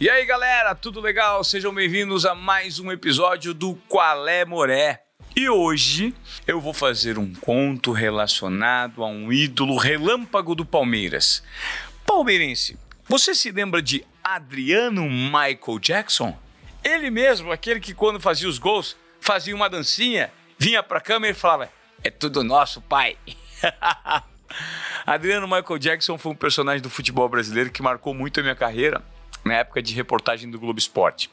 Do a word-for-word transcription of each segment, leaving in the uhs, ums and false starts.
E aí galera, tudo legal? Sejam bem-vindos a mais um episódio do Qual é Moré? E hoje eu vou fazer um conto relacionado a um ídolo relâmpago do Palmeiras. Palmeirense, você se lembra de Adriano Michael Jackson? Ele mesmo, aquele que quando fazia os gols, fazia uma dancinha, vinha pra câmera e falava: "É tudo nosso, pai." Adriano Michael Jackson foi um personagem do futebol brasileiro que marcou muito a minha carreira na época de reportagem do Globo Esporte.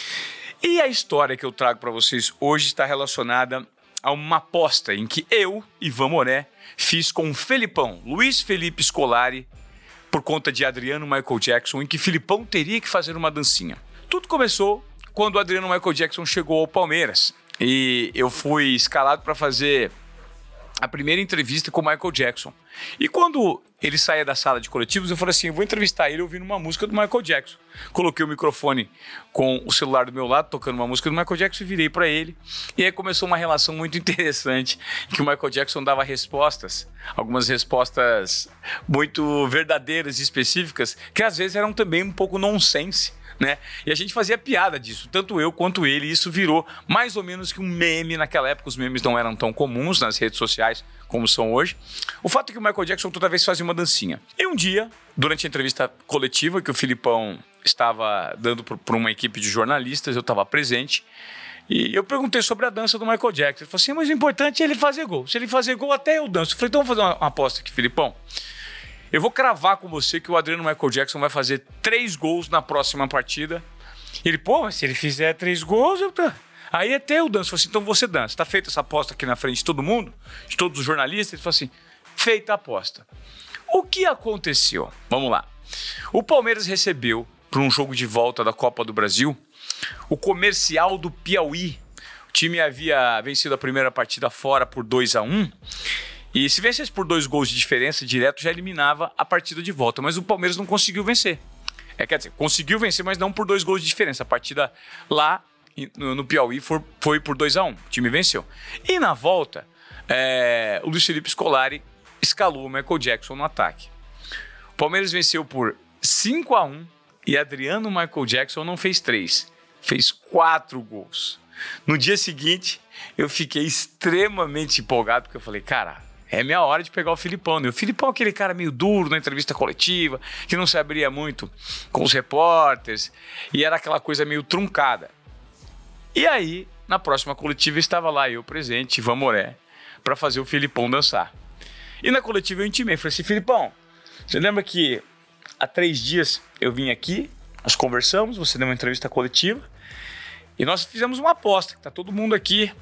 E a história que eu trago para vocês hoje está relacionada a uma aposta em que eu, Ivan Moré, fiz com o Felipão, Luiz Felipe Scolari, por conta de Adriano Michael Jackson, em que Felipão teria que fazer uma dancinha. Tudo começou quando o Adriano Michael Jackson chegou ao Palmeiras e eu fui escalado para fazer a primeira entrevista com o Michael Jackson. E quando ele saía da sala de coletivos, eu falei assim: eu vou entrevistar ele ouvindo uma música do Michael Jackson. Coloquei o microfone com o celular do meu lado, tocando uma música do Michael Jackson, e virei para ele. E aí começou uma relação muito interessante, em que o Michael Jackson dava respostas, algumas respostas muito verdadeiras e específicas, que às vezes eram também um pouco nonsense, né? E a gente fazia piada disso, tanto eu quanto ele, e isso virou mais ou menos que um meme. Naquela época os memes não eram tão comuns nas redes sociais como são hoje. O fato é que o Michael Jackson toda vez fazia uma dancinha. E um dia, durante a entrevista coletiva que o Felipão estava dando para uma equipe de jornalistas, eu estava presente, e eu perguntei sobre a dança do Michael Jackson. Ele falou assim: mas o importante é ele fazer gol. Se ele fazer gol, até eu danço. Eu falei: então vamos fazer uma, uma aposta aqui, Felipão. Eu vou cravar com você que o Adriano Michael Jackson vai fazer três gols na próxima partida. Ele: pô, mas se ele fizer três gols, eu... aí até eu danço. Eu falei assim: então você dança. Tá feita essa aposta aqui na frente de todo mundo, de todos os jornalistas. Ele falou assim: feita a aposta. O que aconteceu? Vamos lá. O Palmeiras recebeu, para um jogo de volta da Copa do Brasil, o Comercial do Piauí. O time havia vencido a primeira partida fora por dois a um. E se vencesse por dois gols de diferença direto, já eliminava a partida de volta. Mas o Palmeiras não conseguiu vencer. É, quer dizer, conseguiu vencer, mas não por dois gols de diferença. A partida lá no, no Piauí foi, foi por dois a um. O time venceu. E na volta, é, o Luiz Felipe Scolari escalou o Michael Jackson no ataque. O Palmeiras venceu por cinco a um e Adriano Michael Jackson não fez três, fez quatro gols. No dia seguinte, eu fiquei extremamente empolgado, porque eu falei: cara, é minha hora de pegar o Felipão, né? O Felipão é aquele cara meio duro na entrevista coletiva, que não se abria muito com os repórteres, e era aquela coisa meio truncada. E aí, na próxima coletiva, estava lá eu presente, Ivan Moré, para fazer o Felipão dançar. E na coletiva eu intimei, falei assim: Felipão, você lembra que há três dias eu vim aqui, nós conversamos, você deu uma entrevista coletiva, e nós fizemos uma aposta, que tá todo mundo aqui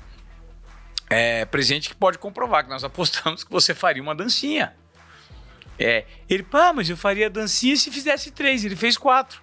É, presente que pode comprovar que nós apostamos que você faria uma dancinha. É, ele: pá, mas eu faria a dancinha se fizesse três. Ele fez quatro.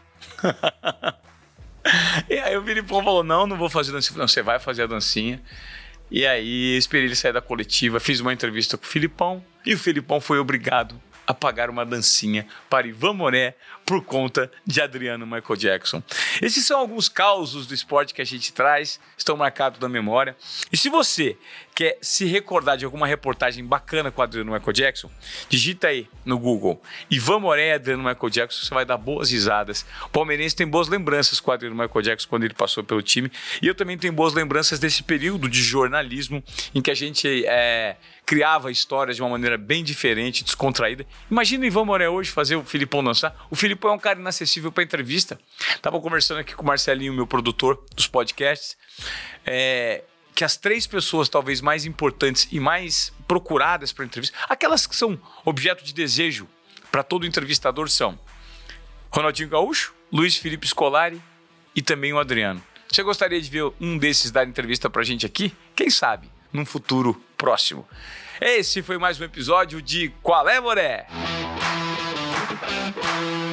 E aí o Felipão falou: não, não vou fazer dancinha. Não, você vai fazer a dancinha. E aí esperei ele sair da coletiva, fiz uma entrevista com o Felipão, e o Felipão foi obrigado a pagar uma dancinha para Ivan Moré por conta de Adriano Michael Jackson. Esses são alguns causos do esporte que a gente traz, estão marcados na memória. E se você quer se recordar de alguma reportagem bacana com o Adriano Michael Jackson, digita aí no Google Ivan Moré e Adriano Michael Jackson, você vai dar boas risadas. O palmeirense tem boas lembranças com o Adriano Michael Jackson quando ele passou pelo time, e eu também tenho boas lembranças desse período de jornalismo em que a gente é, criava histórias de uma maneira bem diferente, descontraída. Imagina o Ivan Moré hoje fazer o Felipão dançar. O Felipão é um cara inacessível para entrevista. Estava conversando aqui com o Marcelinho, meu produtor dos podcasts, é, que as três pessoas talvez mais importantes e mais procuradas para entrevista, aquelas que são objeto de desejo para todo entrevistador, são Ronaldinho Gaúcho, Luiz Felipe Scolari e também o Adriano. Você gostaria de ver um desses dar entrevista para a gente aqui? Quem sabe, num futuro próximo. Esse foi mais um episódio de Qual é, Moré?